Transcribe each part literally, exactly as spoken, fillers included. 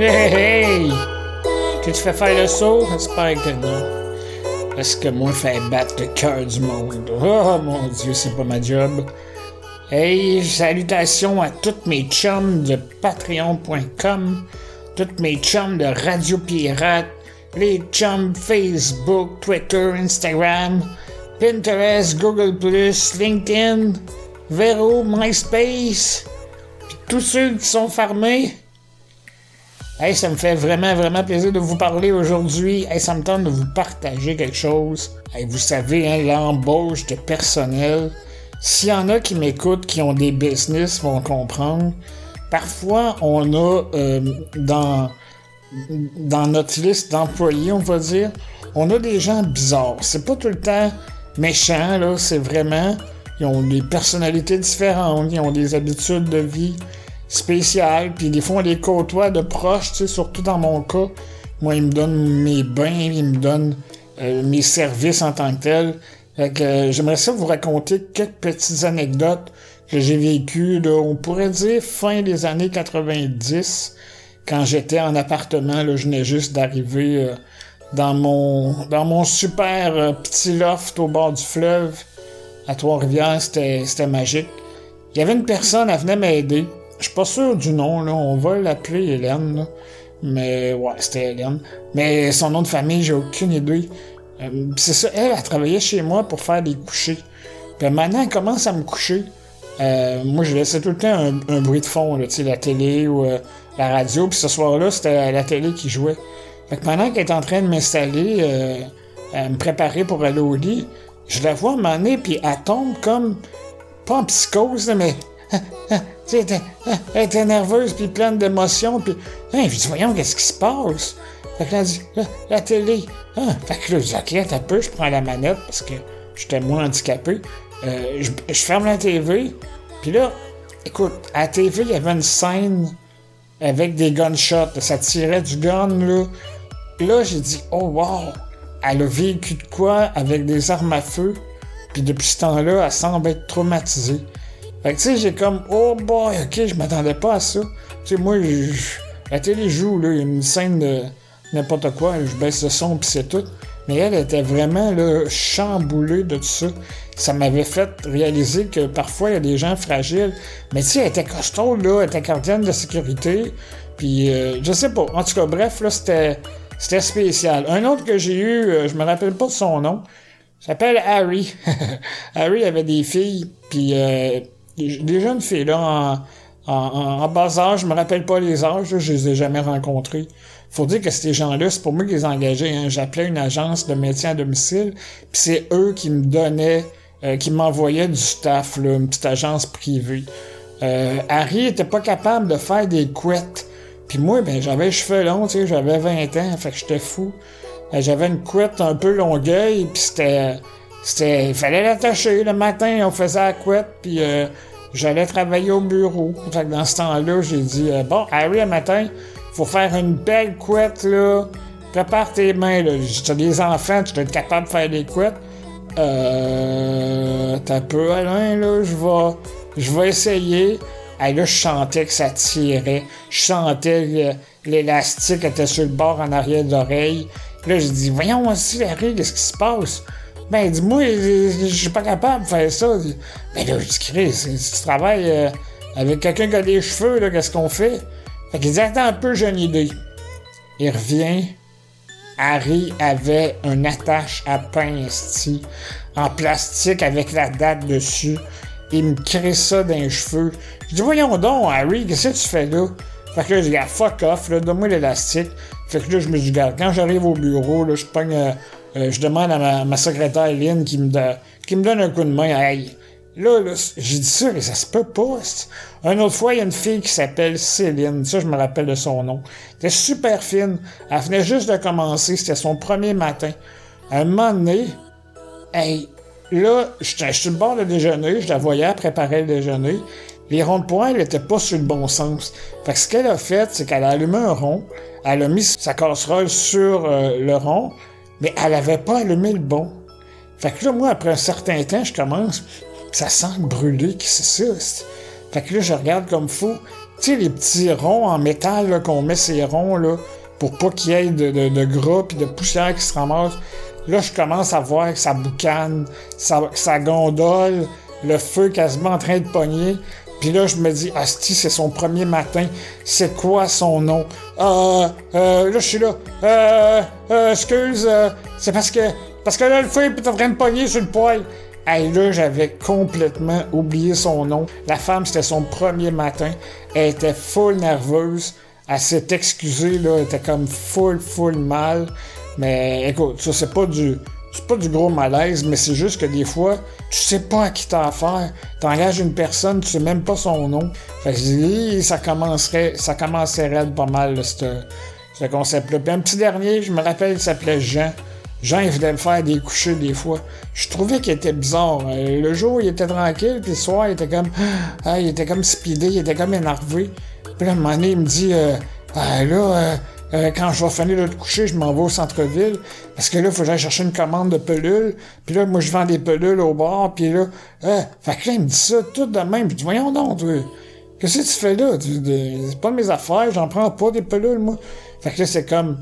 Hey, hey! Tu te fais faire le saut? J'espère que non. Parce que moi, faire battre le cœur du monde. Oh mon Dieu, c'est pas ma job. Hey, salutations à toutes mes chums de patreon point com, toutes mes chums de Radio Pirate, les chums Facebook, Twitter, Instagram, Pinterest, Google plus, LinkedIn, Vero, MySpace, pis tous ceux qui sont farmés. Hey, ça me fait vraiment, vraiment plaisir de vous parler aujourd'hui. Hey, ça me tente de vous partager quelque chose. Hey, vous savez, hein, l'embauche de personnel. S'il y en a qui m'écoutent, qui ont des business, vont comprendre. Parfois, on a euh, dans, dans notre liste d'employés, on va dire, on a des gens bizarres. C'est pas tout le temps méchant, là. C'est vraiment... Ils ont des personnalités différentes, ils ont des habitudes de vie spéciales, puis des fois on les côtoie de proche, tu sais, surtout dans mon cas. Moi, ils me donnent mes bains, ils me donnent euh, mes services en tant que tels. Fait que euh, j'aimerais ça vous raconter quelques petites anecdotes que j'ai vécues, là, on pourrait dire fin des années quatre-vingt-dix, quand j'étais en appartement, là, je venais juste d'arriver euh, dans mon dans mon super euh, petit loft au bord du fleuve à Trois-Rivières, c'était, c'était magique. Il y avait une personne, elle venait m'aider. Je suis pas sûr du nom, là. On va l'appeler Hélène, là. Mais, ouais, c'était Hélène. Mais son nom de famille, j'ai aucune idée. Euh, c'est ça, elle, elle travaillait chez moi pour faire des couchers. Puis maintenant, elle commence à me coucher. Euh, moi, je laissais tout le temps un, un bruit de fond, là, tu sais, la télé ou euh, la radio. Puis ce soir-là, c'était la télé qui jouait. Fait que pendant qu'elle est en train de m'installer, euh, à me préparer pour aller au lit, je la vois m'emmener, puis elle tombe comme... Pas en psychose, là, mais... Tu sais, elle était nerveuse, puis pleine d'émotions, puis... Hein, je dis, voyons, qu'est-ce qui se passe? Fait que là, elle dit, la, la télé. Hein? Fait que là, je dis, ok, un peu, je prends la manette, parce que j'étais moins handicapé. Euh, je, je ferme la T V, puis là, écoute, à la T V, il y avait une scène avec des gunshots, ça tirait du gun, là. Là, j'ai dit, oh, wow! Elle a vécu de quoi avec des armes à feu, puis depuis ce temps-là, elle semble être traumatisée. Fait que tu sais, j'ai comme, oh boy, ok, je m'attendais pas à ça. Tu sais, moi, je, la télé joue, là, il y a une scène de n'importe quoi, je baisse le son, puis c'est tout. Mais elle était vraiment, là, chamboulée de tout ça. Ça m'avait fait réaliser que parfois, il y a des gens fragiles. Mais tu sais, elle était costaud, là, elle était gardienne de sécurité. Puis, euh, je sais pas. En tout cas, bref, là, c'était... C'était spécial. Un autre que j'ai eu, euh, je me rappelle pas de son nom, s'appelle Harry. Harry avait des filles, puis euh, des jeunes filles là en, en, en bas âge, je me rappelle pas les âges, là, je les ai jamais rencontrés. Faut dire que ces gens-là, c'est pour moi qui les engageais. Hein. J'appelais une agence de maintien à domicile, puis c'est eux qui me donnaient, euh, qui m'envoyaient du staff, là, une petite agence privée. Euh, Harry était pas capable de faire des couettes. Puis moi, ben j'avais les cheveux longs, tu sais, j'avais vingt ans, fait que j'étais fou. Euh, j'avais une couette un peu longueuil, puis c'était... c'était... Il fallait l'attacher. Le matin, on faisait la couette, puis euh, j'allais travailler au bureau. Fait que dans ce temps-là, j'ai dit, euh, bon, Harry, le matin, faut faire une belle couette, là. Prépare tes mains, là. T'as des enfants, tu dois être capable de faire des couettes. Euh... T'as peu, Alain, là, je vais... Je vais essayer... Hey, là, je sentais que ça tirait. Je sentais que l'élastique était sur le bord en arrière de l'oreille. Puis là, j'ai dit, voyons aussi, Harry, qu'est-ce qui se passe? Ben, dis-moi, je suis pas capable de faire ça. Ben là, je dis, Chris, si tu travailles euh, avec quelqu'un qui a des cheveux, là, qu'est-ce qu'on fait? Fait qu'il dit, attends un peu, j'ai une idée. Il revient. Harry avait une attache à pince, en plastique avec la date dessus. Il me crée ça dans les cheveux. Je dis, voyons donc, Harry, qu'est-ce que tu fais là? Fait que là, je dis, ah, fuck off, là, donne-moi l'élastique. Fait que là, je me dis, regarde, quand j'arrive au bureau, là, je pogne, euh, euh, je demande à ma, ma secrétaire Lynn qui me, de, qui me donne un coup de main. Hey, là, là, j'ai dit ça, mais ça se peut pas. Une autre fois, il y a une fille qui s'appelle Céline. Ça, je me rappelle de son nom. Elle était super fine. Elle venait juste de commencer. C'était son premier matin. À un moment donné, hey, là, j'étais sur le bord de déjeuner, je la voyais préparer le déjeuner. Les ronds de poêle n'étaient pas sur le bon sens. Fait que ce qu'elle a fait, c'est qu'elle a allumé un rond, elle a mis sa casserole sur euh, le rond, mais elle avait pas allumé le bon. Fait que là, moi, après un certain temps, je commence, ça sent brûler, qu'est-ce que c'est ça? Fait que là, je regarde comme fou, Tu sais, les petits ronds en métal là, qu'on met ces ronds là, pour pas qu'il y ait de, de, de gras pis de poussière qui se ramasse. Là, je commence à voir que ça boucane, ça, ça gondole, le feu quasiment en train de pogner. Puis là, je me dis, asti, c'est son premier matin. C'est quoi son nom? Euh, euh, là, je suis là. Euh, euh, excuse, euh, c'est parce que, parce que là, le feu est en train de pogner sur le poêle. Hey, là, j'avais complètement oublié son nom. La femme, c'était son premier matin. Elle était full nerveuse. Elle s'est excusée, là. Elle était comme full, full mal. Mais écoute, ça, c'est pas du... C'est pas du gros malaise, mais c'est juste que des fois, tu sais pas à qui t'as affaire. T'engages une personne, tu sais même pas son nom. Fait que je dis, ça commencerait, ça commencerait pas mal, là, ce, ce concept-là. Puis un petit dernier, je me rappelle, il s'appelait Jean. Jean, il venait me faire des couchers des fois. Je trouvais qu'il était bizarre. Le jour, il était tranquille, puis le soir, il était comme... Ah, il était comme speedé, il était comme énervé. Puis là, à un moment donné, il me dit... Euh, ah, là... Euh, Euh, quand je vais finir de te coucher, je m'en vais au centre-ville, parce que là, il faut que j'aille chercher une commande de pelules, puis là, moi, je vends des pelules au bar, puis là, euh, fait que là, il me dit ça tout de même, puis je dis, voyons donc, toi, qu'est-ce que tu fais là? Tu, de, c'est pas de mes affaires, j'en prends pas des pelules, moi. Fait que là, c'est comme,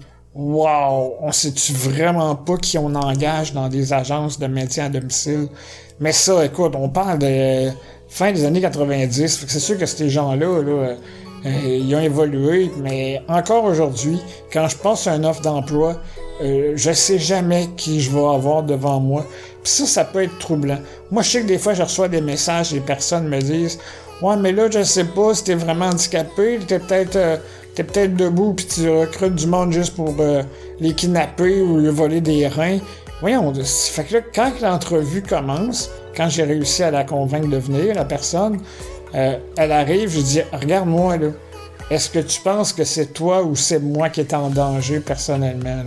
wow, on sait-tu vraiment pas qui on engage dans des agences de maintien à domicile? Mais ça, écoute, on parle de fin des années quatre-vingt-dix, fait que c'est sûr que ces gens-là, là, Euh, ils ont évolué, mais encore aujourd'hui, quand je passe à une offre d'emploi, euh, je sais jamais qui je vais avoir devant moi. Puis ça, ça peut être troublant. Moi, je sais que des fois, je reçois des messages et les personnes me disent « Ouais, mais là, je sais pas si t'es vraiment handicapé, t'es peut-être euh, t'es peut-être debout puis tu recrutes du monde juste pour euh, les kidnapper ou lui voler des reins. » Voyons, fait que là, quand l'entrevue commence, quand j'ai réussi à la convaincre de venir, la personne... Euh, elle arrive, je dis, regarde-moi, là. Est-ce que tu penses que c'est toi ou c'est moi qui est en danger personnellement, là?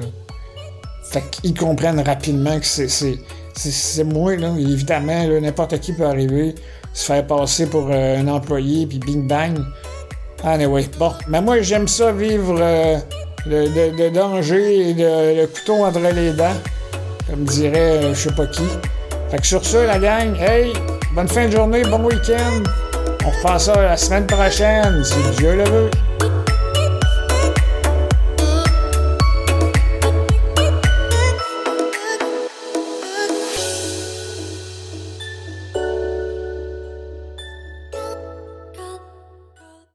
Fait qu'ils comprennent rapidement que c'est, c'est, c'est, c'est moi, là. Évidemment, là, n'importe qui peut arriver, se faire passer pour euh, un employé, puis bing bang. Anyway, bon. Mais moi, j'aime ça vivre euh, le, le, le danger et le, le couteau entre les dents. Comme dirait euh, je sais pas qui. Fait que sur ça, la gang, hey, bonne fin de journée, bon week-end. On refait ça la semaine prochaine, si Dieu le veut.